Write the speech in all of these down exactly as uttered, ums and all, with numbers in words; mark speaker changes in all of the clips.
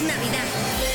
Speaker 1: Navidad.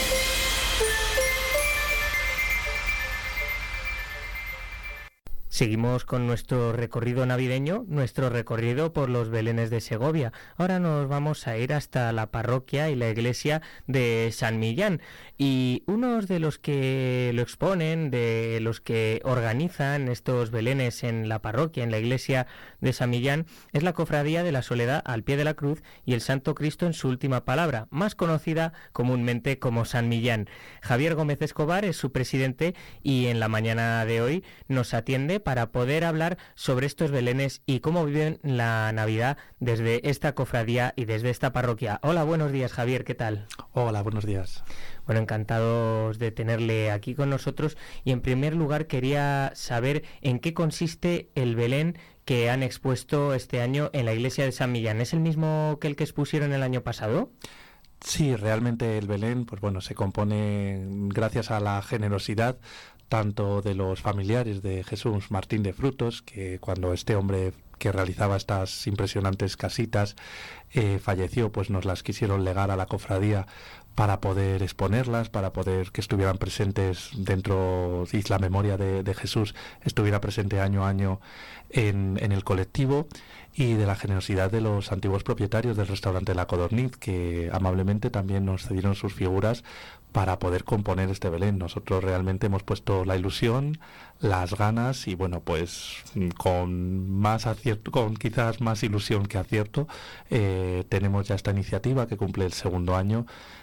Speaker 2: Seguimos con nuestro recorrido navideño, nuestro recorrido por los Belenes de Segovia. Ahora nos vamos a ir hasta la parroquia y la iglesia de San Millán. Y unos de los que lo exponen, de los que organizan estos Belenes en la parroquia, en la iglesia de San Millán, es la Cofradía de la Soledad al Pie de la Cruz y el Santo Cristo en su última palabra, más conocida comúnmente como San Millán. Javier Gómez Escobar es su presidente y en la mañana de hoy nos atiende para poder hablar sobre estos Belenes y cómo viven la Navidad desde esta cofradía y desde esta parroquia. Hola, buenos días, Javier, ¿qué tal?
Speaker 3: Hola, buenos días.
Speaker 2: Bueno, encantados de tenerle aquí con nosotros y en primer lugar quería saber en qué consiste el Belén que han expuesto este año en la iglesia de San Millán. ¿Es el mismo que el que expusieron el año pasado?
Speaker 3: Sí, realmente el Belén, pues bueno, se compone gracias a la generosidad tanto de los familiares de Jesús Martín de Frutos, que cuando este hombre que realizaba estas impresionantes casitas eh, falleció, pues nos las quisieron legar a la cofradía para poder exponerlas, para poder que estuvieran presentes dentro, y la memoria de, de Jesús estuviera presente año a año en, en el colectivo, y de la generosidad de los antiguos propietarios del restaurante La Codorniz, que amablemente también nos cedieron sus figuras para poder componer este Belén. Nosotros realmente hemos puesto la ilusión, las ganas y bueno, pues con más acierto, con quizás más ilusión que acierto, eh, tenemos ya esta iniciativa que cumple el segundo año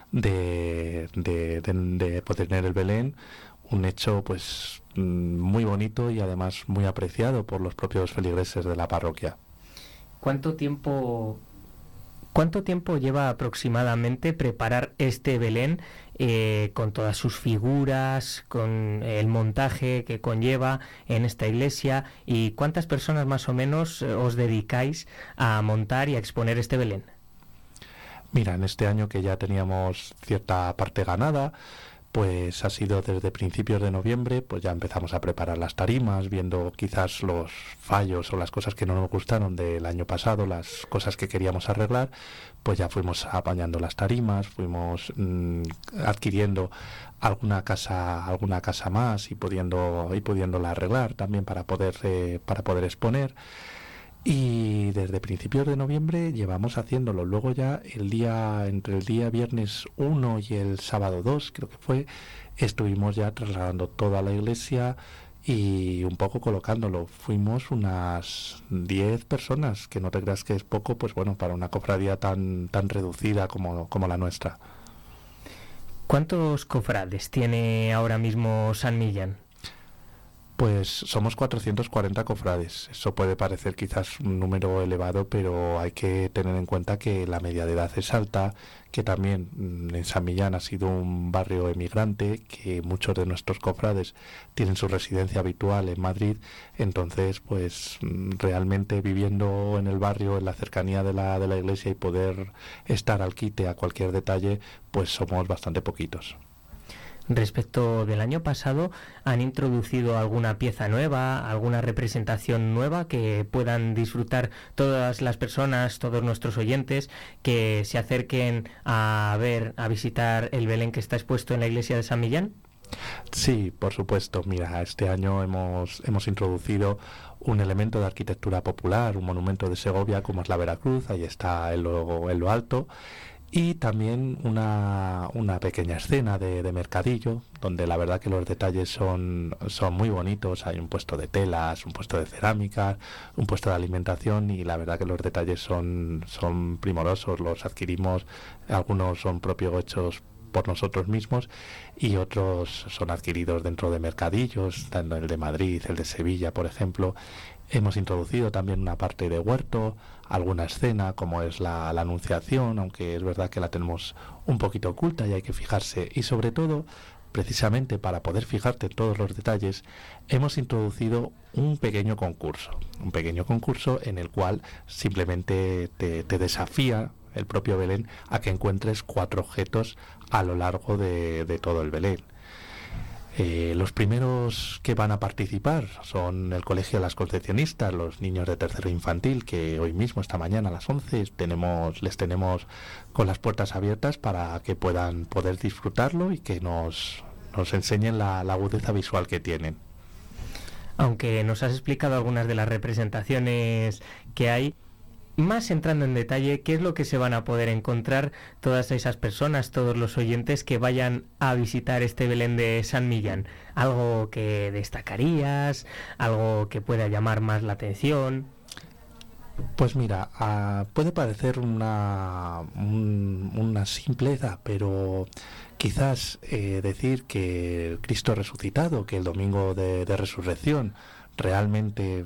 Speaker 3: de, de, de, de poder tener el Belén, un hecho pues muy bonito y además muy apreciado por los propios feligreses de la parroquia.
Speaker 2: ¿Cuánto tiempo, cuánto tiempo lleva aproximadamente preparar este Belén eh, con todas sus figuras, con el montaje que conlleva en esta iglesia? ¿Y cuántas personas más o menos os dedicáis a montar y a exponer este Belén?
Speaker 3: Mira, en este año que ya teníamos cierta parte ganada, pues ha sido desde principios de noviembre, pues ya empezamos a preparar las tarimas, viendo quizás los fallos o las cosas que no nos gustaron del año pasado, las cosas que queríamos arreglar, pues ya fuimos apañando las tarimas, fuimos mmm, adquiriendo alguna casa, alguna casa más y pudiendo y pudiéndola arreglar también para poder eh, para poder exponer. Y desde principios de noviembre llevamos haciéndolo. Luego ya el día, entre el día viernes uno y el sábado dos, creo que fue, estuvimos ya trasladando toda la iglesia y un poco colocándolo. Fuimos unas diez personas, que no te creas que es poco, pues bueno, para una cofradía tan, tan reducida como, como la nuestra.
Speaker 2: ¿Cuántos cofrades tiene ahora mismo San Millán?
Speaker 3: Pues somos cuatrocientos cuarenta cofrades. Eso puede parecer quizás un número elevado, pero hay que tener en cuenta que la media de edad es alta, que también en San Millán ha sido un barrio emigrante, que muchos de nuestros cofrades tienen su residencia habitual en Madrid. Entonces, pues realmente viviendo en el barrio, en la cercanía de la, de la iglesia y poder estar al quite a cualquier detalle, pues somos bastante poquitos.
Speaker 2: Respecto del año pasado, ¿han introducido alguna pieza nueva, alguna representación nueva que puedan disfrutar todas las personas, todos nuestros oyentes que se acerquen a ver, a visitar el Belén que está expuesto en la iglesia de San Millán?
Speaker 3: Sí, por supuesto. Mira, este año hemos, hemos introducido un elemento de arquitectura popular, un monumento de Segovia como es la Veracruz, ahí está en lo, en lo alto. Y también una, una pequeña escena de, de mercadillo, donde la verdad que los detalles son, son muy bonitos. Hay un puesto de telas, un puesto de cerámica, un puesto de alimentación y la verdad que los detalles son, son primorosos. Los adquirimos, algunos son propios hechos por nosotros mismos y otros son adquiridos dentro de mercadillos, tanto el de Madrid, el de Sevilla, por ejemplo. Hemos introducido también una parte de huerto, alguna escena como es la, la Anunciación, aunque es verdad que la tenemos un poquito oculta y hay que fijarse. Y sobre todo, precisamente para poder fijarte en todos los detalles, hemos introducido un pequeño concurso. Un pequeño concurso en el cual simplemente te, te desafía el propio Belén a que encuentres cuatro objetos a lo largo de, de todo el Belén. Eh, los primeros que van a participar son el Colegio de las Concepcionistas, los niños de tercero infantil, que hoy mismo, esta mañana a las once, tenemos, les tenemos con las puertas abiertas para que puedan poder disfrutarlo y que nos, nos enseñen la, la agudeza visual que tienen.
Speaker 2: Aunque nos has explicado algunas de las representaciones que hay, más entrando en detalle, ¿qué es lo que se van a poder encontrar todas esas personas, todos los oyentes que vayan a visitar este Belén de San Millán? ¿Algo que destacarías? ¿Algo que pueda llamar más la atención?
Speaker 3: Pues mira, uh, puede parecer una, un, una simpleza, pero quizás eh, decir que el Cristo resucitado, que el domingo de, de resurrección, realmente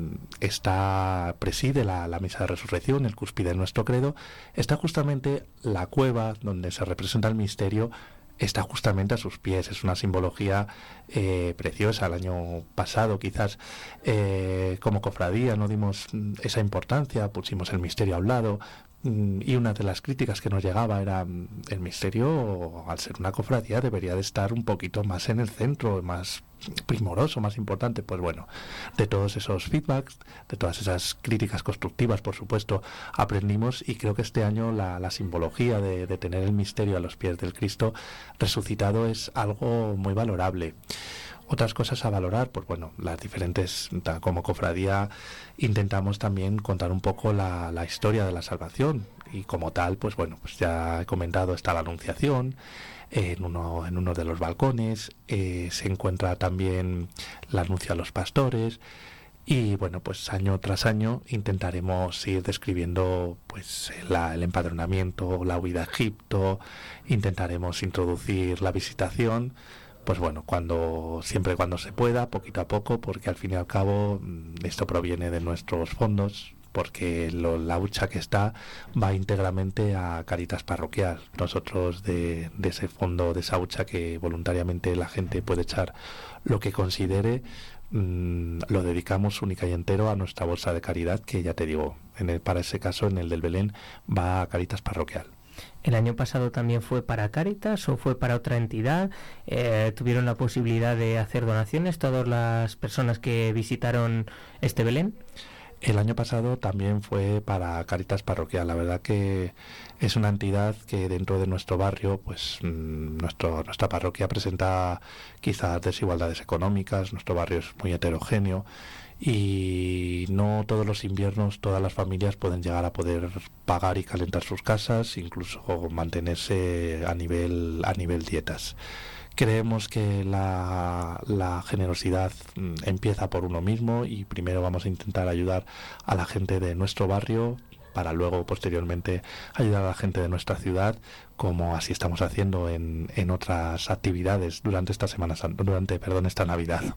Speaker 3: está preside la, la misa de resurrección, el cúspide de nuestro credo, está justamente la cueva donde se representa el misterio, está justamente a sus pies. Es una simbología eh, preciosa. El año pasado quizás eh, como cofradía no dimos esa importancia, pusimos el misterio a un lado, y una de las críticas que nos llegaba era el misterio, al ser una cofradía, debería de estar un poquito más en el centro, más primoroso, más importante. Pues bueno, de todos esos feedbacks, de todas esas críticas constructivas, por supuesto, aprendimos, y creo que este año la, la simbología de, de tener el misterio a los pies del Cristo resucitado es algo muy valorable. Otras cosas a valorar, pues bueno, las diferentes, como cofradía intentamos también contar un poco la, la historia de la salvación, y como tal, pues bueno, pues ya he comentado, está la Anunciación, eh, en uno en uno de los balcones, eh, se encuentra también la Anuncio a los pastores, y bueno, pues año tras año intentaremos ir describiendo pues la, el empadronamiento, la huida a Egipto, intentaremos introducir la visitación, pues bueno, cuando siempre cuando se pueda, poquito a poco, porque al fin y al cabo esto proviene de nuestros fondos, porque lo, la hucha que está va íntegramente a Cáritas Parroquial. Nosotros de, de ese fondo, de esa hucha que voluntariamente la gente puede echar lo que considere, mmm, lo dedicamos única y entero a nuestra bolsa de caridad, que ya te digo, en el, para ese caso, en el del Belén, va a Cáritas Parroquial.
Speaker 2: ¿El año pasado también fue para Cáritas o fue para otra entidad? Eh, ¿Tuvieron la posibilidad de hacer donaciones todas las personas que visitaron este Belén?
Speaker 3: El año pasado también fue para Cáritas Parroquial. La verdad que es una entidad que dentro de nuestro barrio, pues mmm, nuestro, nuestra parroquia presenta quizás desigualdades económicas, nuestro barrio es muy heterogéneo, y no todos los inviernos todas las familias pueden llegar a poder pagar y calentar sus casas, incluso mantenerse a nivel a nivel dietas. Creemos que la, la generosidad mm, empieza por uno mismo, y primero vamos a intentar ayudar a la gente de nuestro barrio para luego posteriormente ayudar a la gente de nuestra ciudad, como así estamos haciendo en, en otras actividades durante esta semana durante perdón esta Navidad.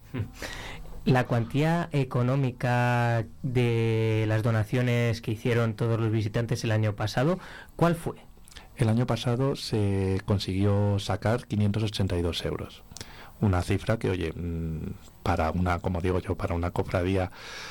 Speaker 2: La cuantía económica de las donaciones que hicieron todos los visitantes el año pasado, ¿cuál fue?
Speaker 3: El año pasado se consiguió sacar quinientos ochenta y dos euros. Una cifra que, oye, para una, como digo yo, para una cofradía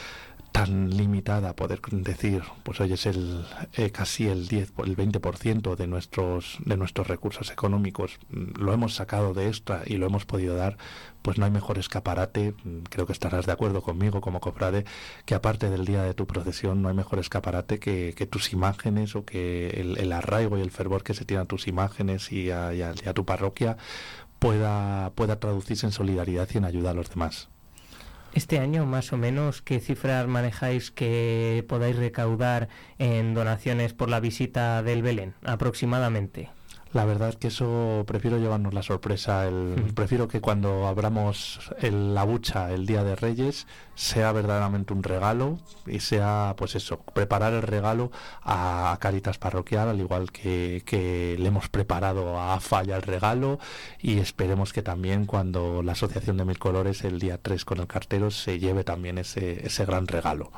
Speaker 3: tan limitada, poder decir, pues oye, es el eh, casi el diez, el veinte por ciento de nuestros de nuestros recursos económicos, lo hemos sacado de extra y lo hemos podido dar, pues no hay mejor escaparate, creo que estarás de acuerdo conmigo como cofrade, que aparte del día de tu procesión no hay mejor escaparate que, que tus imágenes, o que el, el arraigo y el fervor que se tiene a tus imágenes y a, y a, y a tu parroquia pueda, pueda traducirse en solidaridad y en ayuda a los demás.
Speaker 2: Este año, más o menos, ¿qué cifras manejáis que podáis recaudar en donaciones por la visita del Belén, aproximadamente?
Speaker 3: La verdad es que eso prefiero llevarnos la sorpresa. El, prefiero que cuando abramos el, la hucha el Día de Reyes sea verdaderamente un regalo, y sea, pues eso, preparar el regalo a, a Cáritas Parroquial, al igual que, que le hemos preparado a Falla el regalo, y esperemos que también cuando la Asociación de Mil Colores el día tres con el cartero se lleve también ese, ese gran regalo.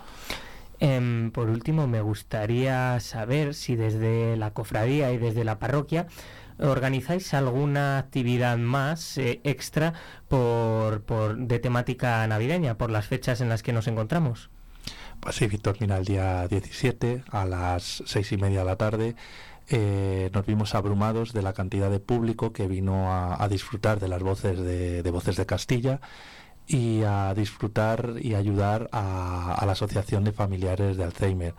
Speaker 2: Eh, por último, me gustaría saber si desde la cofradía y desde la parroquia organizáis alguna actividad más eh, extra por, por de temática navideña, por las fechas en las que nos encontramos.
Speaker 3: Pues sí, Víctor, mira, el día diecisiete a las seis y media de la tarde eh, nos vimos abrumados de la cantidad de público que vino a, a disfrutar de las voces de, de Voces de Castilla y a disfrutar y ayudar a, a la Asociación de Familiares de Alzheimer.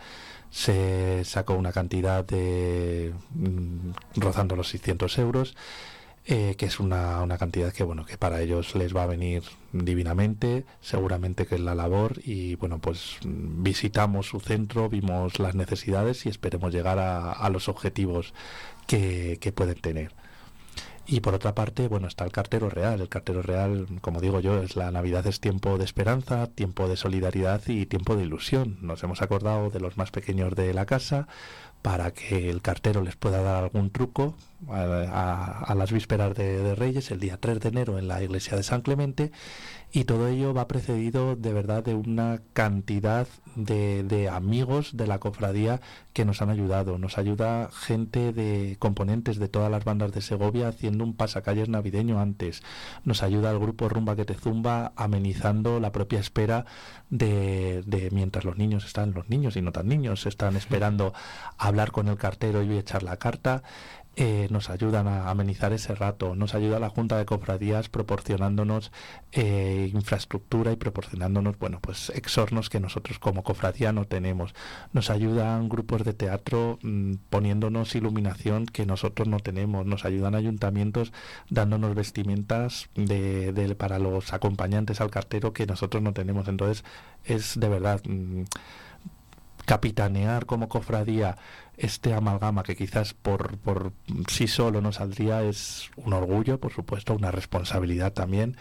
Speaker 3: Se sacó una cantidad de mm, rozando los seiscientos euros, eh, que es una, una cantidad que bueno que para ellos les va a venir divinamente, seguramente que es la labor, y bueno pues visitamos su centro, vimos las necesidades y esperemos llegar a, a los objetivos que, que pueden tener. Y por otra parte, bueno, está el Cartero Real. El Cartero Real, como digo yo, es la Navidad, es tiempo de esperanza, tiempo de solidaridad y tiempo de ilusión. Nos hemos acordado de los más pequeños de la casa para que el cartero les pueda dar algún truco a, a, a las vísperas de, de Reyes, el día tres de enero en la iglesia de San Clemente, y todo ello va precedido de verdad de una cantidad de, de amigos de la cofradía que nos han ayudado. Nos ayuda gente de componentes de todas las bandas de Segovia haciendo un pasacalles navideño antes. Nos ayuda el grupo Rumba que te zumba amenizando la propia espera de, de mientras los niños están, los niños y no tan niños, están esperando a hablar con el cartero y echar la carta. Eh, nos ayudan a amenizar ese rato, nos ayuda la Junta de Cofradías proporcionándonos eh, infraestructura y proporcionándonos, bueno, pues exornos que nosotros como cofradía no tenemos. Nos ayudan grupos de teatro mmm, poniéndonos iluminación que nosotros no tenemos. Nos ayudan ayuntamientos dándonos vestimentas de, de, para los acompañantes al cartero que nosotros no tenemos. Entonces es de verdad mmm, capitanear como cofradía este amalgama que quizás por, por sí solo no saldría, es un orgullo, por supuesto, una responsabilidad también,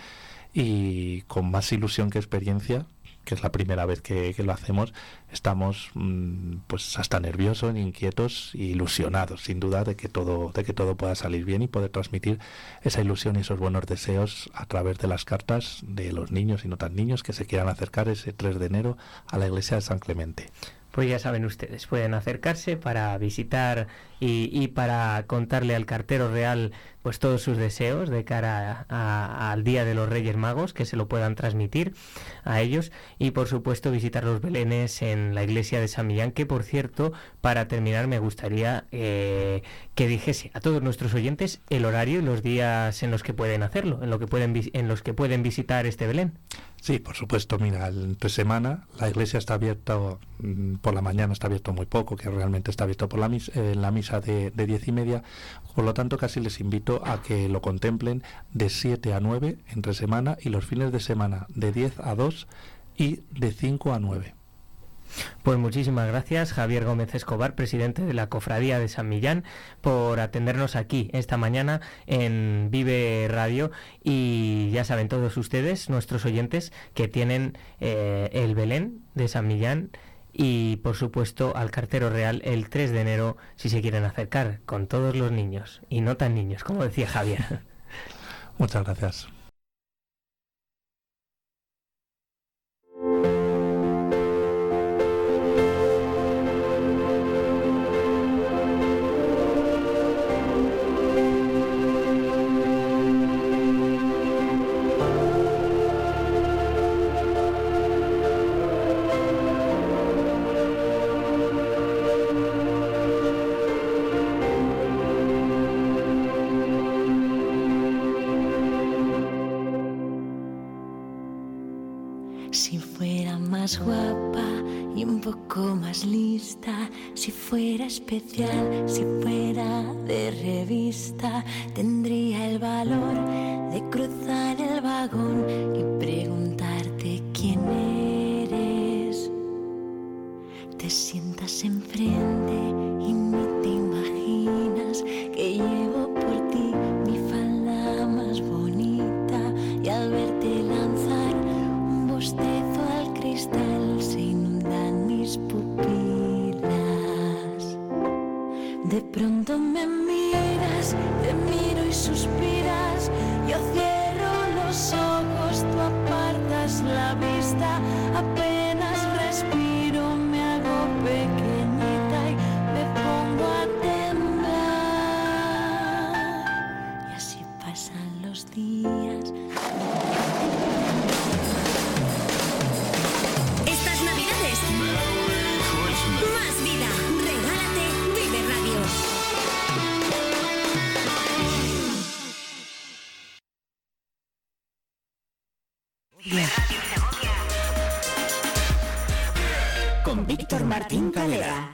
Speaker 3: y con más ilusión que experiencia, que es la primera vez que, que lo hacemos, estamos mmm, pues hasta nerviosos, inquietos e ilusionados, sin duda, de que todo, de que todo pueda salir bien y poder transmitir esa ilusión y esos buenos deseos a través de las cartas de los niños y no tan niños que se quieran acercar ese tres de enero a la iglesia de San Clemente.
Speaker 2: Pues ya saben ustedes, pueden acercarse para visitar y, y para contarle al Cartero Real pues todos sus deseos de cara a, a, al Día de los Reyes Magos, que se lo puedan transmitir a ellos, y por supuesto visitar los belenes en la iglesia de San Millán, que por cierto, para terminar me gustaría eh, que dijese a todos nuestros oyentes el horario y los días en los que pueden hacerlo, en, lo que pueden, en los que pueden visitar este Belén.
Speaker 3: Sí, por supuesto, mira, entre semana la iglesia está abierta, mmm, por la mañana está abierto muy poco, que realmente está abierto por la misa, eh, la misa de, de diez y media, por lo tanto casi les invito a que lo contemplen de siete a nueve entre semana, y los fines de semana de diez a dos y de cinco a nueve.
Speaker 2: Pues muchísimas gracias, Javier Gómez Escobar, presidente de la Cofradía de San Millán, por atendernos aquí esta mañana en Vive Radio. Y ya saben todos ustedes, nuestros oyentes, que tienen eh, el Belén de San Millán y por supuesto al Cartero Real el tres de enero, si se quieren acercar con todos los niños y no tan niños, como decía Javier.
Speaker 3: Muchas gracias.
Speaker 1: Si fuera más guapa y un poco más lista, si fuera especial, si fuera de revista, tendría el valor de cruzar el vagón y preguntarte quién eres. Te sientas enfrente y ni te imaginas que llevo por ti mi falda más bonita, y al verte lanzar bostezo al cristal se inundan mis pupilas. De pronto me miras, te miro y suspiras. Yo cierro los ojos, tú apartas la vista. Apenas respiro, me hago pequeñita y me pongo a temblar. Y así pasan los días.
Speaker 4: Más vida, regálate Vive Radio. con Víctor Martín Calera.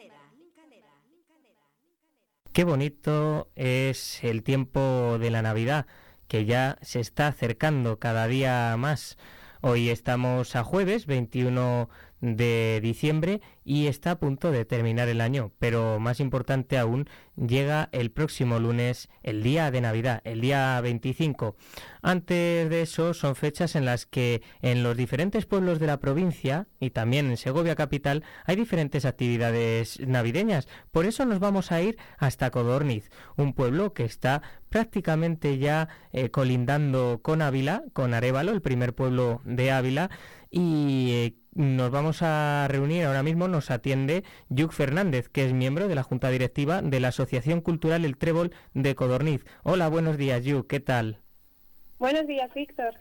Speaker 2: Qué bonito es el tiempo de la Navidad, que ya se está acercando cada día más. Hoy estamos a jueves veintiuno de diciembre y está a punto de terminar el año, pero más importante aún, llega el próximo lunes, el día de Navidad, el día veinticinco. Antes de eso son fechas en las que en los diferentes pueblos de la provincia y también en Segovia capital hay diferentes actividades navideñas. Por eso nos vamos a ir hasta Codorniz, un pueblo que está prácticamente ya eh, colindando con Ávila, con Arévalo, el primer pueblo de Ávila, y eh, nos vamos a reunir, ahora mismo nos atiende Lluc Fernández, que es miembro de la Junta Directiva de la Asociación Cultural El Trébol de Codorniz. Hola, buenos días, Lluc, ¿qué tal?
Speaker 5: Buenos días, Víctor.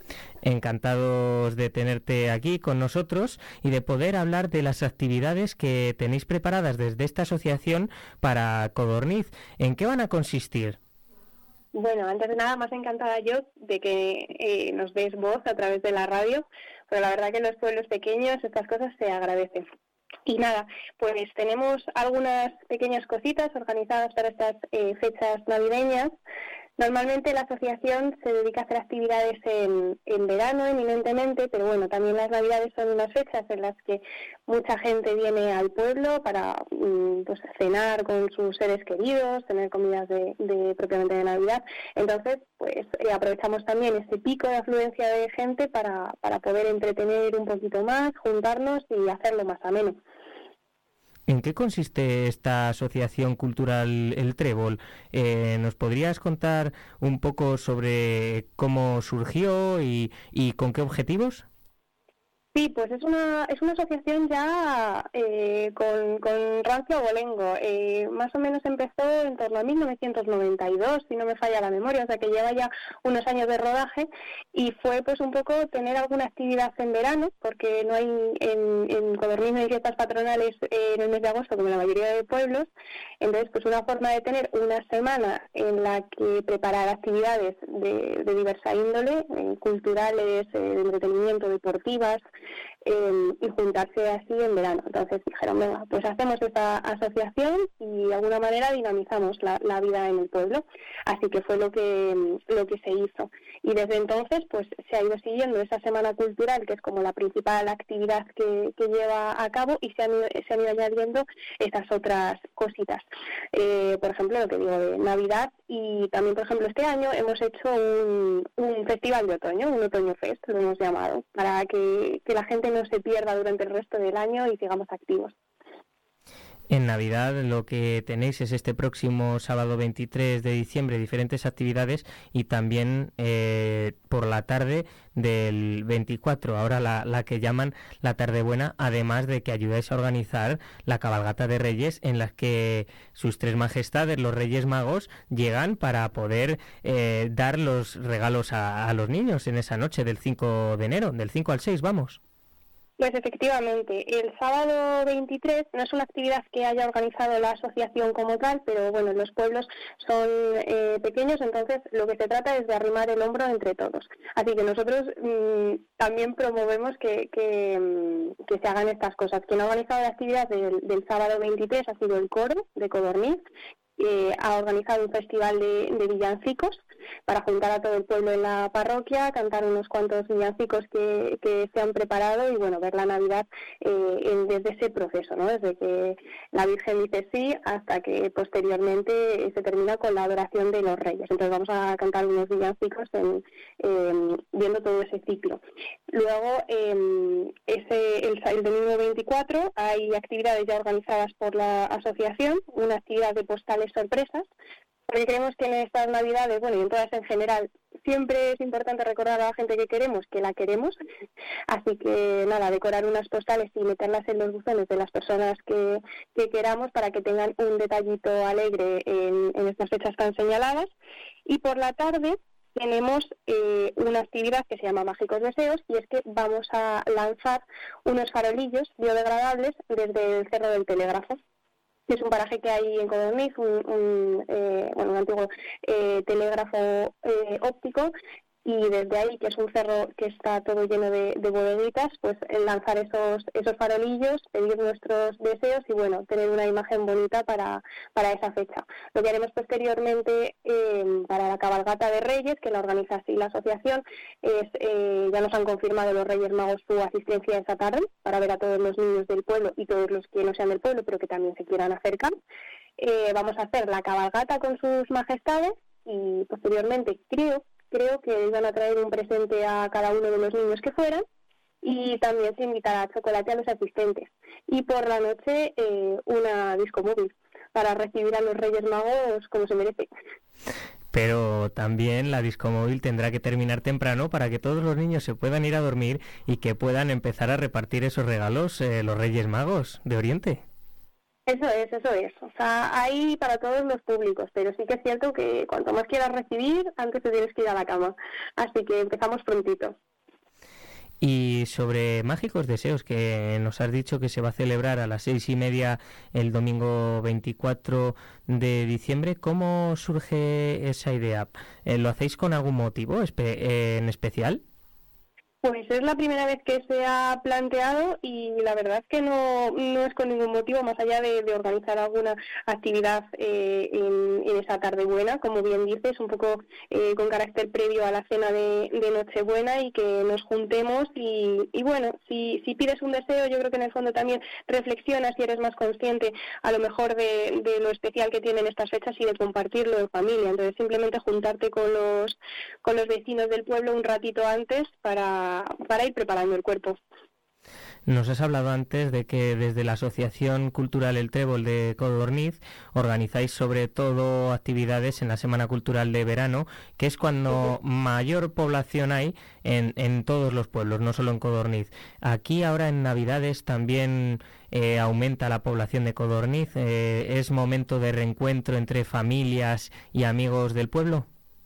Speaker 2: Encantados de tenerte aquí con nosotros y de poder hablar de las actividades que tenéis preparadas desde esta asociación para Codorniz. ¿En qué van a consistir?
Speaker 5: Bueno, antes de nada, más encantada yo de que eh, nos des voz a través de la radio, pero la verdad que en los pueblos pequeños estas cosas se agradecen. Y nada, pues tenemos algunas pequeñas cositas organizadas para estas eh, fechas navideñas. Normalmente la asociación se dedica a hacer actividades en, en verano eminentemente, pero bueno, también las navidades son unas fechas en las que mucha gente viene al pueblo para pues, cenar con sus seres queridos, tener comidas de, de propiamente de Navidad. Entonces, pues eh, aprovechamos también este pico de afluencia de gente para, para poder entretener un poquito más, juntarnos y hacerlo más ameno.
Speaker 2: ¿En qué consiste esta asociación cultural El Trébol? Eh, ¿Nos podrías contar un poco sobre cómo surgió y, y con qué objetivos?
Speaker 5: Sí, pues es una es una asociación ya eh, con, con rancio abolengo. Eh, más o menos empezó en torno a mil novecientos noventa y dos, si no me falla la memoria, o sea que lleva ya unos años de rodaje y fue pues un poco tener alguna actividad en verano, porque no hay en, en Codorniz no hay fiestas patronales eh, en el mes de agosto como en la mayoría de pueblos. Entonces, pues una forma de tener una semana en la que preparar actividades de, de diversa índole, eh, culturales, eh, de entretenimiento, deportivas, Eh, y juntarse así en verano. Entonces dijeron, venga, pues hacemos esta asociación y de alguna manera dinamizamos la, la vida en el pueblo. Así que fue lo que lo que se hizo. Y desde entonces pues se ha ido siguiendo esa semana cultural, que es como la principal actividad que, que lleva a cabo, y se han ido, se han ido añadiendo esas otras cositas. Eh, por ejemplo, lo que digo de Navidad, y también, por ejemplo, este año hemos hecho un, un festival de otoño, un Otoño Fest, lo hemos llamado, para que, que la gente no se pierda durante el resto del año y sigamos activos.
Speaker 2: En Navidad lo que tenéis es este próximo sábado veintitrés de diciembre diferentes actividades y también eh, por la tarde del veinticuatro, ahora la, la que llaman la tarde buena, además de que ayudáis a organizar la cabalgata de Reyes en las que sus tres majestades, los Reyes Magos, llegan para poder eh, dar los regalos a, a los niños en esa noche del cinco de enero, del cinco al seis, vamos.
Speaker 5: Pues efectivamente, el sábado veintitrés no es una actividad que haya organizado la asociación como tal, pero bueno, los pueblos son eh, pequeños, entonces lo que se trata es de arrimar el hombro entre todos. Así que nosotros mmm, también promovemos que, que, mmm, que se hagan estas cosas. Quien ha organizado la actividad del, del sábado veintitrés ha sido el coro de Codorniz. Eh, ha organizado un festival de, de villancicos para juntar a todo el pueblo en la parroquia, cantar unos cuantos villancicos que, que se han preparado y bueno, ver la Navidad eh, en, desde ese proceso, ¿no? Desde que la Virgen dice sí hasta que posteriormente eh, se termina con la adoración de los Reyes. Entonces vamos a cantar unos villancicos en, eh, viendo todo ese ciclo. Luego, eh, ese, el, el domingo veinticuatro hay actividades ya organizadas por la asociación, una actividad de postales sorpresas, porque creemos que en estas Navidades, bueno, y en todas en general, siempre es importante recordar a la gente que queremos que la queremos, así que nada, decorar unas postales y meterlas en los buzones de las personas que, que queramos para que tengan un detallito alegre en, en estas fechas tan señaladas. Y por la tarde tenemos eh, una actividad que se llama Mágicos Deseos, y es que vamos a lanzar unos farolillos biodegradables desde el Cerro del Telégrafo. Es un paraje que hay en Codorniz, un, un, eh, bueno, un antiguo eh, telégrafo eh, óptico, y desde ahí, que es un cerro que está todo lleno de, de bodeguitas, pues lanzar esos esos farolillos, pedir nuestros deseos y bueno, tener una imagen bonita para, para esa fecha. Lo que haremos posteriormente eh, para la cabalgata de Reyes, que la organiza así la asociación, es eh, ya nos han confirmado los Reyes Magos su asistencia esa tarde para ver a todos los niños del pueblo y todos los que no sean del pueblo, pero que también se quieran acercar. Eh, vamos a hacer la cabalgata con sus majestades y posteriormente creo Creo que iban a traer un presente a cada uno de los niños que fueran y también se invitará chocolate a los asistentes. Y por la noche eh, una disco móvil para recibir a los Reyes Magos como se merece.
Speaker 2: Pero también la disco móvil tendrá que terminar temprano para que todos los niños se puedan ir a dormir y que puedan empezar a repartir esos regalos eh, los Reyes Magos de Oriente.
Speaker 5: Eso es, eso es. O sea, hay para todos los públicos, pero sí que es cierto que cuanto más quieras recibir, antes te tienes que ir a la cama. Así que empezamos prontito.
Speaker 2: Y sobre Mágicos Deseos, que nos has dicho que se va a celebrar a las seis y media el domingo veinticuatro de diciembre, ¿cómo surge esa idea? ¿Lo hacéis con algún motivo espe- en especial?
Speaker 5: Pues es la primera vez que se ha planteado y la verdad es que no, no es con ningún motivo más allá de, de organizar alguna actividad eh, en, en esa tarde buena, como bien dices, un poco eh, con carácter previo a la cena de, de Nochebuena y que nos juntemos y, y bueno, si, si pides un deseo, yo creo que en el fondo también reflexionas y eres más consciente a lo mejor de, de lo especial que tienen estas fechas y de compartirlo en familia. Entonces simplemente juntarte con los, con los vecinos del pueblo un ratito antes para para ir preparando el cuerpo.
Speaker 2: Nos has hablado antes de que desde la Asociación Cultural El Trébol de Codorniz organizáis sobre todo actividades en la Semana Cultural de Verano, que es cuando mayor población hay en, en todos los pueblos, no solo en Codorniz. Aquí ahora en Navidades también eh, aumenta la población de Codorniz. Eh, ¿Es momento de reencuentro entre familias y amigos del pueblo?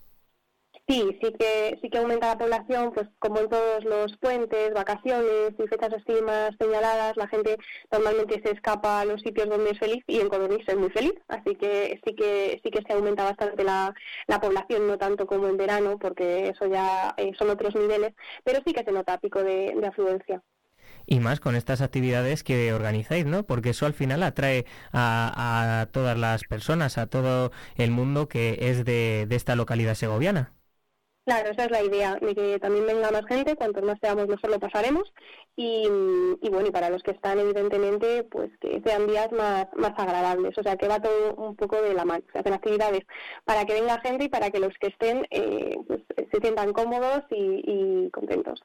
Speaker 5: Sí, sí que sí que aumenta la población, pues como en todos los puentes, vacaciones y fechas así más señaladas, la gente normalmente se escapa a los sitios donde es feliz y en Codorniz es muy feliz, así que sí que sí que se aumenta bastante la, la población, no tanto como en verano, porque eso ya eh, son otros niveles, pero sí que se nota pico de, de afluencia.
Speaker 2: Y más con estas actividades que organizáis, ¿no? Porque eso al final atrae a, a todas las personas, a todo el mundo que es de, de esta localidad segoviana.
Speaker 5: Claro, esa es la idea, de que también venga más gente, cuantos más seamos mejor lo pasaremos y, y bueno, y para los que están evidentemente, pues que sean días más, más agradables, o sea que va todo un poco de la mano, se hacen actividades para que venga gente y para que los que estén eh, pues, se sientan cómodos y, y contentos.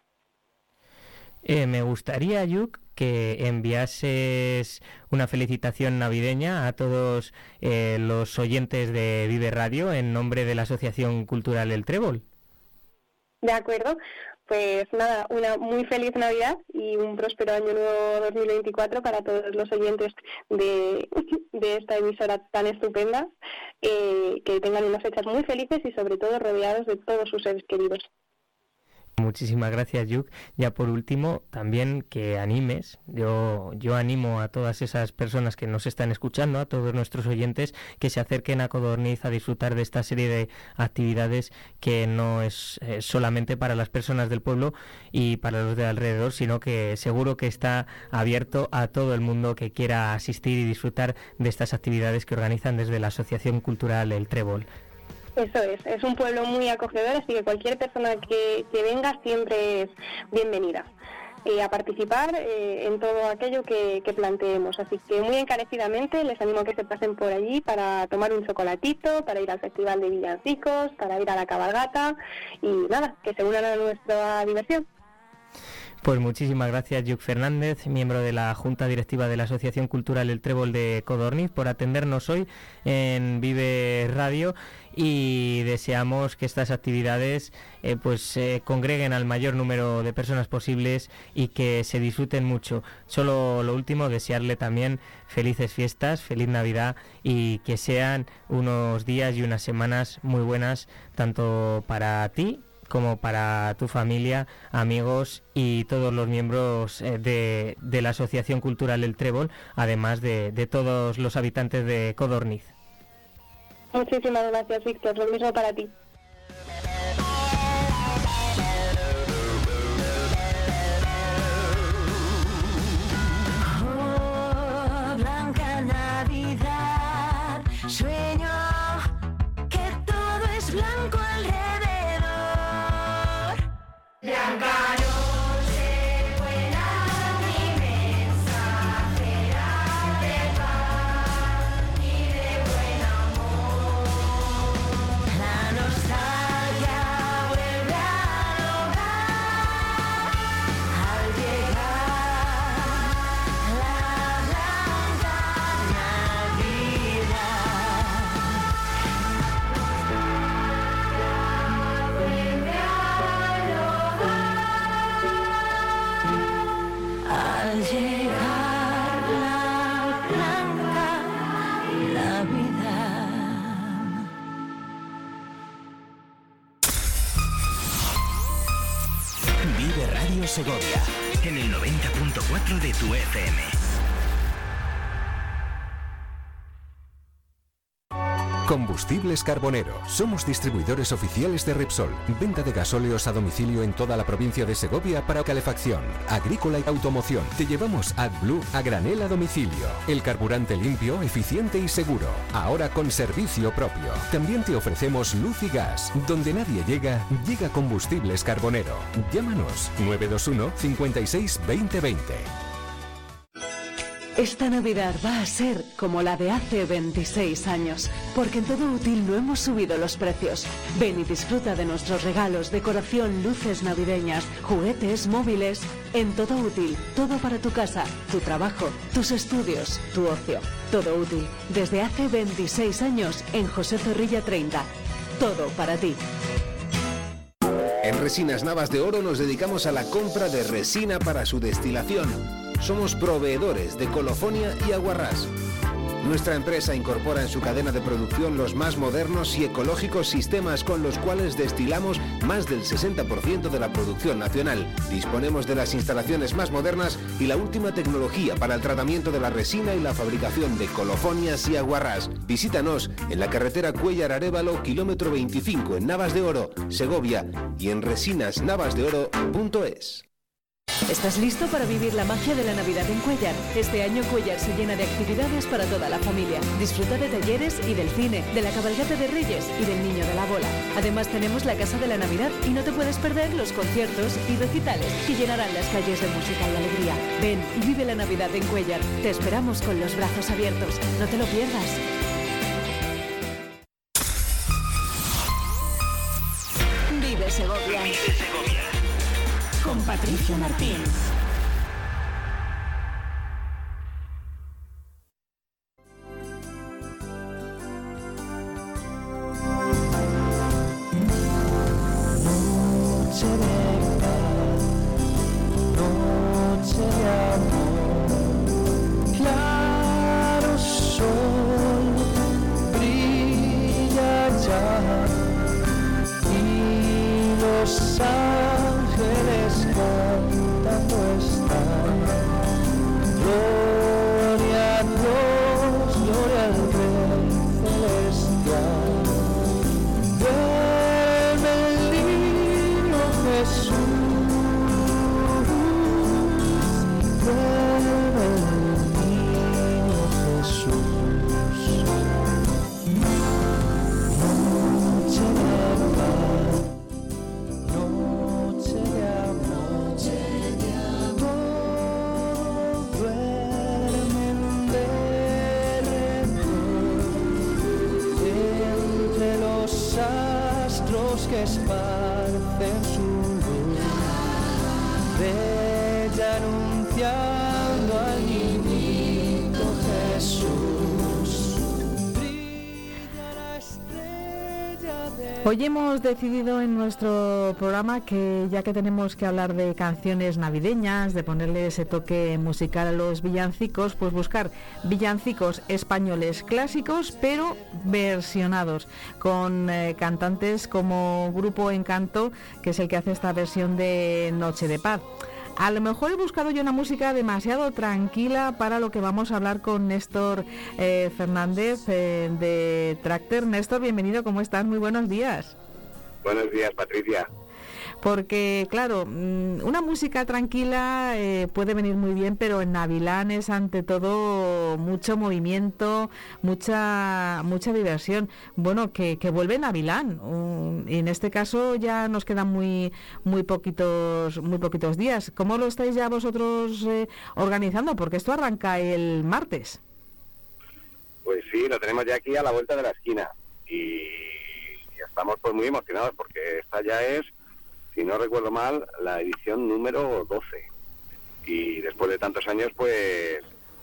Speaker 2: Eh, me gustaría, Yuk, que enviases una felicitación navideña a todos eh, los oyentes de Vive Radio en nombre de la Asociación Cultural El Trébol.
Speaker 5: De acuerdo, pues nada, una muy feliz Navidad y un próspero año nuevo dos mil veinticuatro para todos los oyentes de, de esta emisora tan estupenda, eh, que tengan unas fechas muy felices y sobre todo rodeados de todos sus seres queridos.
Speaker 2: Muchísimas gracias, Yuk. Ya por último, también que animes, yo, yo animo a todas esas personas que nos están escuchando, a todos nuestros oyentes, que se acerquen a Codorniz a disfrutar de esta serie de actividades que no es eh, solamente para las personas del pueblo y para los de alrededor, sino que seguro que está abierto a todo el mundo que quiera asistir y disfrutar de estas actividades que organizan desde la Asociación Cultural El Trébol.
Speaker 5: Eso es, es un pueblo muy acogedor, así que cualquier persona que, que venga siempre es bienvenida eh, a participar eh, en todo aquello que, que planteemos. Así que muy encarecidamente les animo a que se pasen por allí para tomar un chocolatito, para ir al Festival de Villancicos, para ir a la cabalgata y nada, que se unan a nuestra diversión.
Speaker 2: Pues muchísimas gracias, Yuk Fernández, miembro de la Junta Directiva de la Asociación Cultural El Trébol de Codorniz, por atendernos hoy en Vive Radio y deseamos que estas actividades eh, pues eh, congreguen al mayor número de personas posibles y que se disfruten mucho. Solo lo último, desearle también felices fiestas, feliz Navidad y que sean unos días y unas semanas muy buenas tanto para ti como para tu familia, amigos y todos los miembros eh, de, de la Asociación Cultural El Trébol, además de, de todos los habitantes de Codorniz.
Speaker 5: Muchísimas gracias, Víctor. Lo mismo para ti.
Speaker 6: Segovia, en el noventa punto cuatro de tu F M.
Speaker 7: Combustibles Carbonero. Somos distribuidores oficiales de Repsol. Venta de gasóleos a domicilio en toda la provincia de Segovia para calefacción, agrícola y automoción. Te llevamos AdBlue a granel a domicilio. El carburante limpio, eficiente y seguro. Ahora con servicio propio. También te ofrecemos luz y gas. Donde nadie llega, llega Combustibles Carbonero. Llámanos nueve dos uno, cincuenta y seis, veinte veinte.
Speaker 8: Esta Navidad va a ser como la de hace veintiséis años, porque en Todo Útil no hemos subido los precios. Ven y disfruta de nuestros regalos, decoración, luces navideñas, juguetes, móviles. En Todo Útil, todo para tu casa, tu trabajo, tus estudios, tu ocio. Todo Útil, desde hace veintiséis años en José Zorrilla treinta. Todo para ti.
Speaker 9: En Resinas Navas de Oro nos dedicamos a la compra de resina para su destilación. Somos proveedores de colofonia y aguarrás. Nuestra empresa incorpora en su cadena de producción los más modernos y ecológicos sistemas con los cuales destilamos más del sesenta por ciento de la producción nacional. Disponemos de las instalaciones más modernas y la última tecnología para el tratamiento de la resina y la fabricación de colofonias y aguarrás. Visítanos en la carretera Cuéllar-Arévalo, kilómetro veinticinco, en Navas de Oro, Segovia, y en resinas navas de oro punto es.
Speaker 8: ¿Estás listo para vivir la magia de la Navidad en Cuéllar? Este año Cuéllar se llena de actividades para toda la familia. Disfruta de talleres y del cine, de la cabalgata de Reyes y del Niño de la Bola. Además tenemos la Casa de la Navidad y no te puedes perder los conciertos y recitales que llenarán las calles de música y alegría. Ven y vive la Navidad en Cuéllar. Te esperamos con los brazos abiertos. No te lo pierdas. Vive Segovia.
Speaker 6: Vive Segovia.
Speaker 4: Con Patricia Martín.
Speaker 10: Hoy hemos decidido en nuestro programa que ya que tenemos que hablar de canciones navideñas, de ponerle ese toque musical a los villancicos, pues buscar villancicos españoles clásicos pero versionados con eh, cantantes como Grupo Encanto, que es el que hace esta versión de Noche de Paz. A lo mejor he buscado yo una música demasiado tranquila para lo que vamos a hablar con Néstor eh, Fernández eh, de Tractor. Néstor, bienvenido, ¿cómo estás? Muy buenos días.
Speaker 11: Buenos días, Patricia.
Speaker 10: Porque, claro, una música tranquila eh, puede venir muy bien, pero en Navilán es ante todo mucho movimiento, mucha mucha diversión. Bueno, que, que vuelve Navilán. Um, y en este caso ya nos quedan muy muy poquitos muy poquitos días. ¿Cómo lo estáis ya vosotros eh, organizando? Porque esto arranca el martes.
Speaker 11: Pues sí, lo tenemos ya aquí a la vuelta de la esquina. Y estamos pues muy emocionados porque esta ya es, si no recuerdo mal, la edición número doce. Y después de tantos años, pues eh,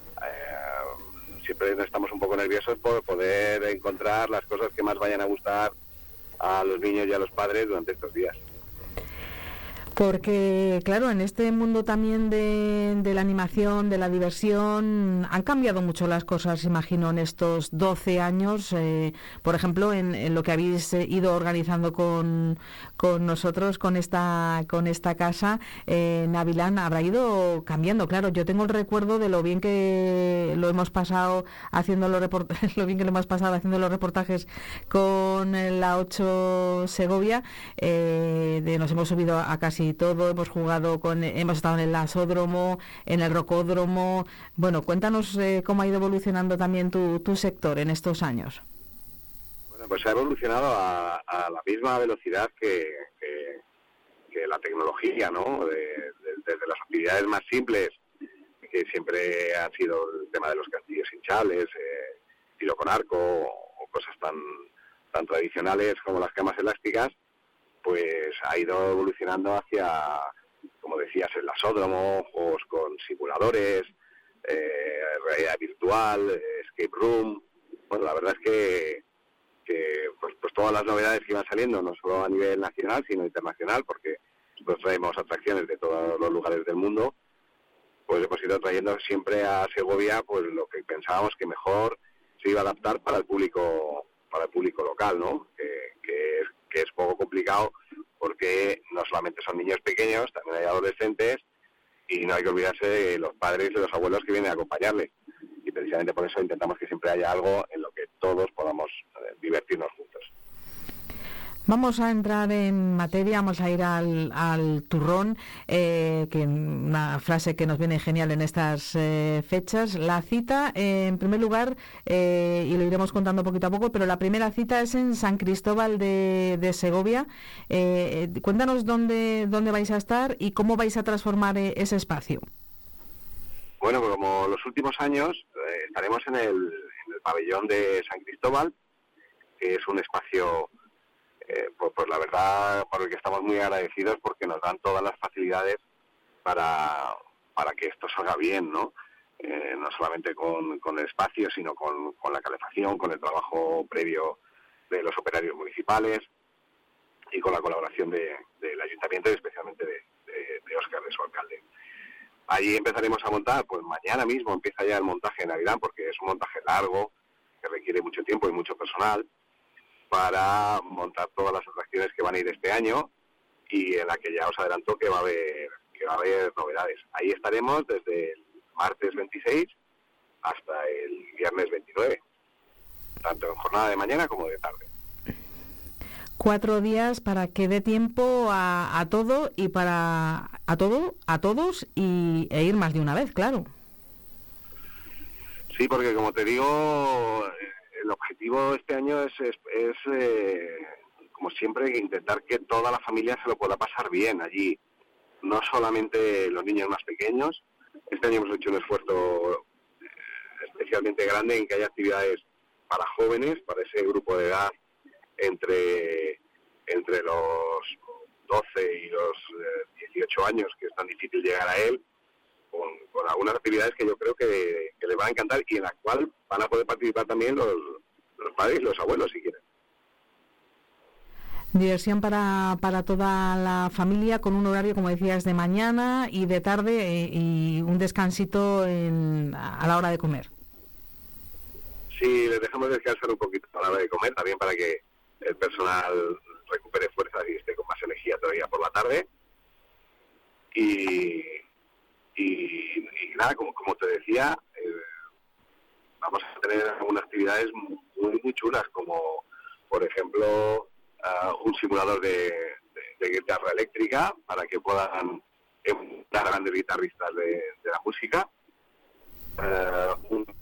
Speaker 11: siempre estamos un poco nerviosos por poder encontrar las cosas que más vayan a gustar a los niños y a los padres durante estos días.
Speaker 10: Porque, claro, en este mundo también de, de la animación, de la diversión, han cambiado mucho las cosas, imagino, en estos doce años. Eh, por ejemplo, en, en lo que habéis ido organizando con, con nosotros, con esta con esta casa, eh, Navilán, habrá ido cambiando. Claro, yo tengo el recuerdo de lo bien que lo hemos pasado haciendo los reportajes, lo bien que lo hemos pasado haciendo los reportajes con la ocho Segovia. Eh, de, nos hemos subido a casi todo, hemos jugado con, hemos estado en el Asódromo, en el Rocódromo. Bueno, cuéntanos eh, cómo ha ido evolucionando también tu, tu sector en estos años.
Speaker 11: Bueno, pues ha evolucionado a, a la misma velocidad que, que, que la tecnología, ¿no? De, de, desde las actividades más simples, que siempre han sido el tema de los castillos hinchables, eh, tiro con arco, o cosas tan, tan tradicionales como las camas elásticas, pues ha ido evolucionando hacia, como decías, el asódromo, juegos con simuladores, eh, realidad virtual, escape room. Bueno, la verdad es que, que pues, pues todas las novedades que iban saliendo, no solo a nivel nacional, sino internacional, porque nosotros traemos atracciones de todos los lugares del mundo, pues hemos ido trayendo siempre a Segovia pues lo que pensábamos que mejor se iba a adaptar para el público para el público local, ¿no? Que, que es que es poco complicado porque no solamente son niños pequeños, también hay adolescentes y no hay que olvidarse de los padres y de los abuelos que vienen a acompañarles. Y precisamente por eso intentamos que siempre haya algo en lo que todos podamos eh, divertirnos juntos.
Speaker 10: Vamos a entrar en materia, vamos a ir al, al turrón, eh, que una frase que nos viene genial en estas eh, fechas. La cita, eh, en primer lugar, eh, y lo iremos contando poquito a poco, pero la primera cita es en San Cristóbal de, de Segovia. Eh, cuéntanos dónde, dónde vais a estar y cómo vais a transformar eh, ese espacio.
Speaker 11: Bueno, pues como los últimos años, eh, estaremos en el, en el pabellón de San Cristóbal, que es un espacio... Eh, pues, pues la verdad por el que estamos muy agradecidos porque nos dan todas las facilidades para, para que esto salga bien, ¿no? Eh, no solamente con, con el espacio, sino con, con la calefacción, con el trabajo previo de los operarios municipales y con la colaboración de, del ayuntamiento y especialmente de, de, de Óscar, de su alcalde. Allí empezaremos a montar, pues mañana mismo empieza ya el montaje en Navidad, porque es un montaje largo que requiere mucho tiempo y mucho personal, para montar todas las atracciones que van a ir este año y en la que ya os adelanto que va a haber que va a haber novedades. Ahí estaremos desde el martes veintiséis hasta el viernes veintinueve, tanto en jornada de mañana como de tarde.
Speaker 10: Cuatro días para que dé tiempo a, a todo y para a todo, a todos y e ir más de una vez, claro.
Speaker 11: Sí, porque como te digo, el objetivo este año es, es, es eh, como siempre, intentar que toda la familia se lo pueda pasar bien allí. No solamente los niños más pequeños. Este año hemos hecho un esfuerzo eh, especialmente grande en que haya actividades para jóvenes, para ese grupo de edad entre, entre los doce y los eh, dieciocho años, que es tan difícil llegar a él, con, con algunas actividades que yo creo que, que les van a encantar y en la cual van a poder participar también los, los padres y los abuelos, si quieren.
Speaker 10: Diversión para, para toda la familia, con un horario, como decías, de mañana y de tarde eh, y un descansito en, a la hora de comer.
Speaker 11: Sí, les dejamos descansar un poquito a la hora de comer, también para que el personal recupere fuerzas y esté con más energía todavía por la tarde. Y... Y, y nada, como, como te decía, eh, vamos a tener algunas actividades muy muy chulas, como por ejemplo uh, un simulador de, de, de guitarra eléctrica para que puedan emular a grandes guitarristas de, de la música. Uh, un...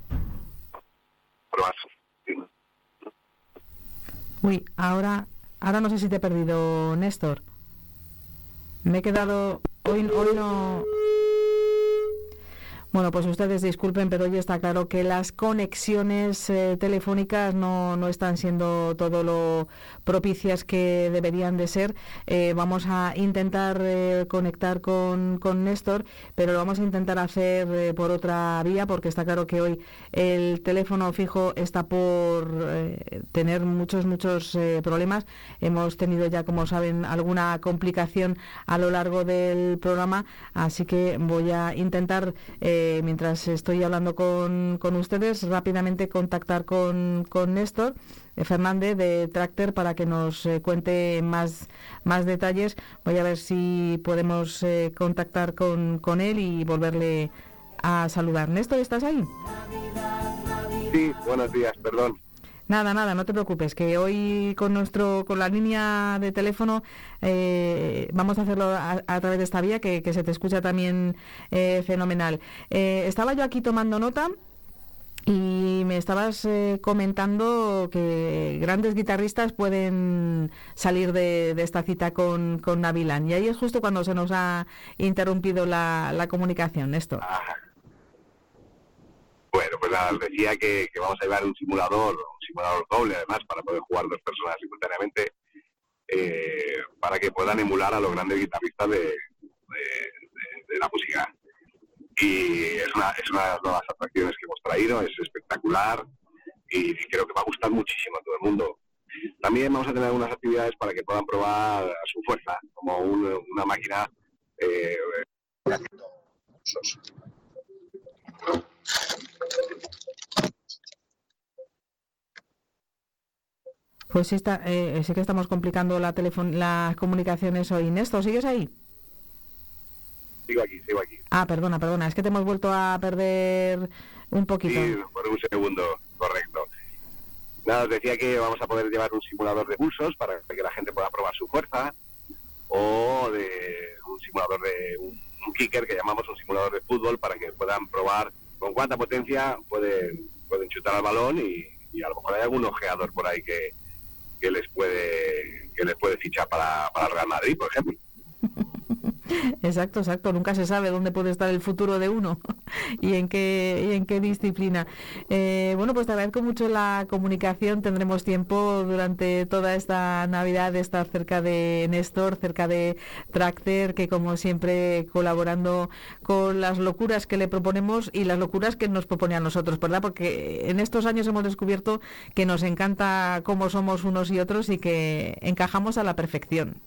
Speaker 10: Uy, ahora, ahora no sé si te he perdido, Néstor. Me he quedado... Hoy, hoy no... Bueno, pues ustedes disculpen, pero hoy está claro que las conexiones eh, telefónicas no, no están siendo todo lo propicias que deberían de ser. Eh, vamos a intentar eh, conectar con, con Néstor, pero lo vamos a intentar hacer eh, por otra vía, porque está claro que hoy el teléfono fijo está por eh, tener muchos, muchos eh, problemas. Hemos tenido ya, como saben, alguna complicación a lo largo del programa, así que voy a intentar... Eh, mientras estoy hablando con, con ustedes, rápidamente contactar con, con Néstor eh, Fernández de Tracter para que nos eh, cuente más, más detalles. Voy a ver si podemos eh, contactar con, con él y volverle a saludar. Néstor, ¿estás ahí?
Speaker 11: Sí, buenos días, perdón.
Speaker 10: Nada, nada, no te preocupes, que hoy con nuestro con la línea de teléfono eh, vamos a hacerlo a, a través de esta vía, que, que se te escucha también eh, fenomenal. Eh, estaba yo aquí tomando nota y me estabas eh, comentando que grandes guitarristas pueden salir de, de esta cita con, con Navilán, y ahí es justo cuando se nos ha interrumpido la, la comunicación, Néstor.
Speaker 11: Ah. Bueno, pues nada, os decía que, que vamos a llevar un simulador, un simulador doble además, para poder jugar dos personas simultáneamente, eh, para que puedan emular a los grandes guitarristas de, de, de, de la música. Y es una, es una de las nuevas atracciones que hemos traído, es espectacular y creo que va a gustar muchísimo a todo el mundo. También vamos a tener algunas actividades para que puedan probar su fuerza, como un, una máquina eh, haciendo usos.
Speaker 10: Pues sí, está, eh, sí que estamos complicando la telefon- las comunicaciones hoy. Néstor, ¿sigues ahí?
Speaker 11: Sigo aquí, sigo aquí.
Speaker 10: Ah, perdona, perdona, es que te hemos vuelto a perder un poquito.
Speaker 11: Sí, por un segundo, correcto. Nada, os decía que vamos a poder llevar un simulador de pulsos para que la gente pueda probar su fuerza, o de un simulador de un, un kicker, que llamamos un simulador de fútbol, para que puedan probar con cuánta potencia pueden, pueden chutar al balón, y, y a lo mejor hay algún ojeador por ahí que, que les puede que les puede fichar para, para el Real Madrid, por ejemplo.
Speaker 10: Exacto, exacto. Nunca se sabe dónde puede estar el futuro de uno y en qué y en qué disciplina. Eh, bueno, pues te agradezco mucho la comunicación. Tendremos tiempo durante toda esta Navidad de estar cerca de Néstor, cerca de Tracter, que como siempre colaborando con las locuras que le proponemos y las locuras que nos propone a nosotros, ¿verdad? Porque en estos años hemos descubierto que nos encanta cómo somos unos y otros y que encajamos a la perfección.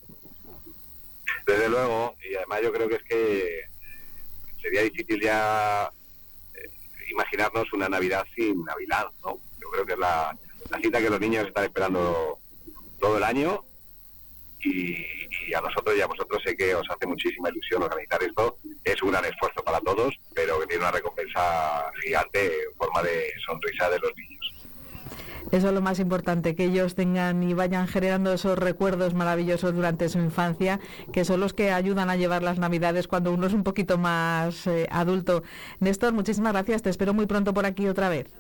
Speaker 11: Desde luego, y además yo creo que es que sería difícil ya eh, imaginarnos una Navidad sin Navilán, ¿no? Yo creo que es la, la cita que los niños están esperando todo el año, y, y a nosotros y a vosotros sé que os hace muchísima ilusión organizar esto. Es un gran esfuerzo para todos, pero que tiene una recompensa gigante en forma de sonrisa de los niños.
Speaker 10: Eso es lo más importante, que ellos tengan y vayan generando esos recuerdos maravillosos durante su infancia, que son los que ayudan a llevar las Navidades cuando uno es un poquito más eh, adulto. Néstor, muchísimas gracias, te espero muy pronto por aquí otra vez.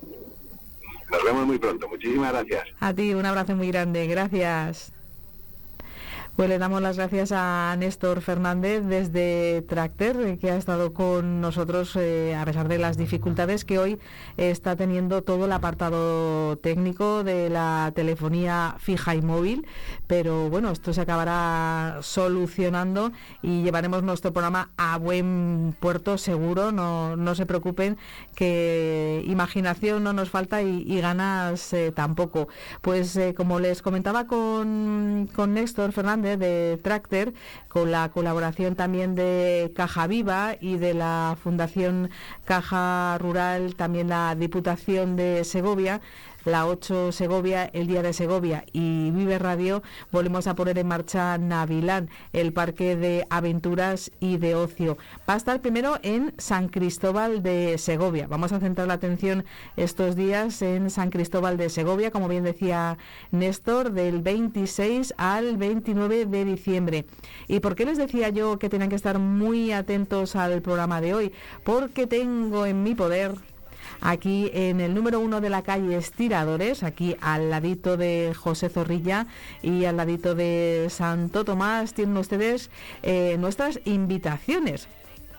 Speaker 11: Nos vemos muy pronto, muchísimas gracias.
Speaker 10: A ti, un abrazo muy grande, gracias. Pues le damos las gracias a Néstor Fernández desde Tracter, que ha estado con nosotros eh, a pesar de las dificultades que hoy está teniendo todo el apartado técnico de la telefonía fija y móvil, pero bueno, esto se acabará solucionando y llevaremos nuestro programa a buen puerto seguro. No, no se preocupen, que imaginación no nos falta y, y ganas eh, tampoco. Pues eh, como les comentaba con, con Néstor Fernández de Tracter, con la colaboración también de Caja Viva y de la Fundación Caja Rural, también la Diputación de Segovia, la ocho Segovia, el Día de Segovia y Vive Radio, volvemos a poner en marcha Navilán, el parque de aventuras y de ocio. Va a estar primero en San Cristóbal de Segovia. Vamos a centrar la atención estos días en San Cristóbal de Segovia, como bien decía Néstor, del veintiséis al veintinueve de diciembre. ¿Y por qué les decía yo que tenían que estar muy atentos al programa de hoy? Porque tengo en mi poder, aquí en el número uno de la calle Estiradores, aquí al ladito de José Zorrilla y al ladito de Santo Tomás, tienen ustedes eh, nuestras invitaciones.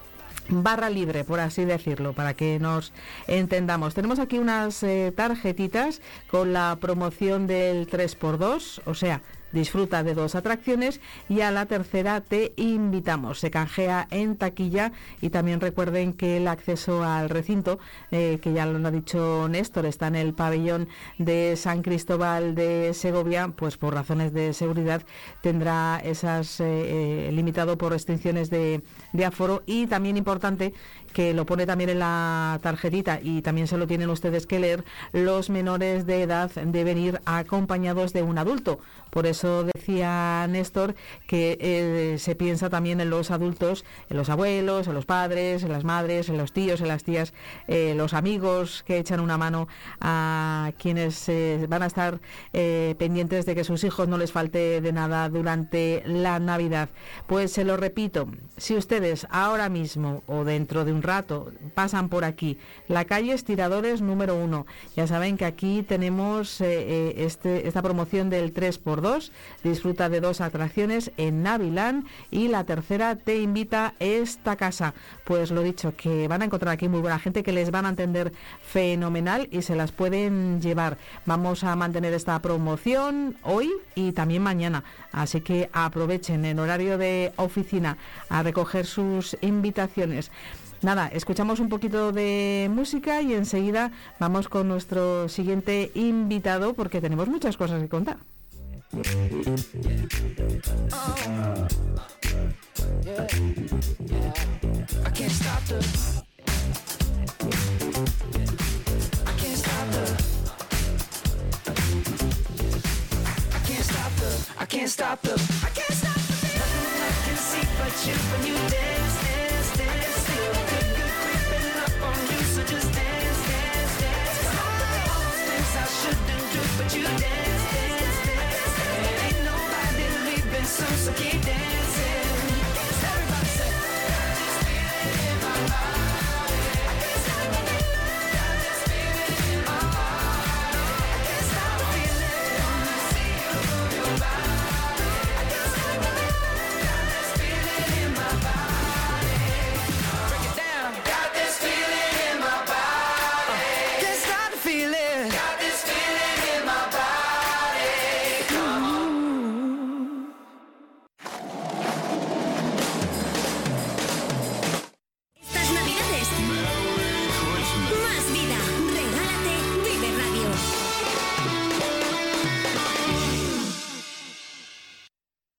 Speaker 10: barra libre, por así decirlo, para que nos entendamos. Tenemos aquí unas eh, tarjetitas con la promoción del tres por dos, o sea, disfruta de dos atracciones y a la tercera te invitamos. Se canjea en taquilla y también recuerden que el acceso al recinto, eh, que ya lo ha dicho Néstor, está en el pabellón de San Cristóbal de Segovia, pues por razones de seguridad tendrá esas eh, eh, limitado por restricciones de, de aforo. Y también importante, que lo pone también en la tarjetita y también se lo tienen ustedes que leer, los menores de edad deben ir acompañados de un adulto. Por eso decía Néstor que eh, se piensa también en los adultos, en los abuelos, en los padres, en las madres, en los tíos, en las tías, eh, los amigos que echan una mano a quienes eh, van a estar eh, pendientes de que sus hijos no les falte de nada durante la Navidad. Pues se lo repito, si ustedes ahora mismo o dentro de un rato pasan por aquí, la calle Estiradores número uno, ya saben que aquí tenemos eh, eh, este, esta promoción del tres por dos, disfruta de dos atracciones en Naviland y la tercera te invita esta casa. Pues lo dicho, que van a encontrar aquí muy buena gente, que les van a entender fenomenal y se las pueden llevar. Vamos a mantener esta promoción hoy y también mañana, así que aprovechen en horario de oficina a recoger sus invitaciones. Nada, escuchamos un poquito de música y enseguida vamos con nuestro siguiente invitado porque tenemos muchas cosas que contar. I can't stop the I can't stop the I can't stop the I can't stop the I can't stop the nothing I can see but you when you dance.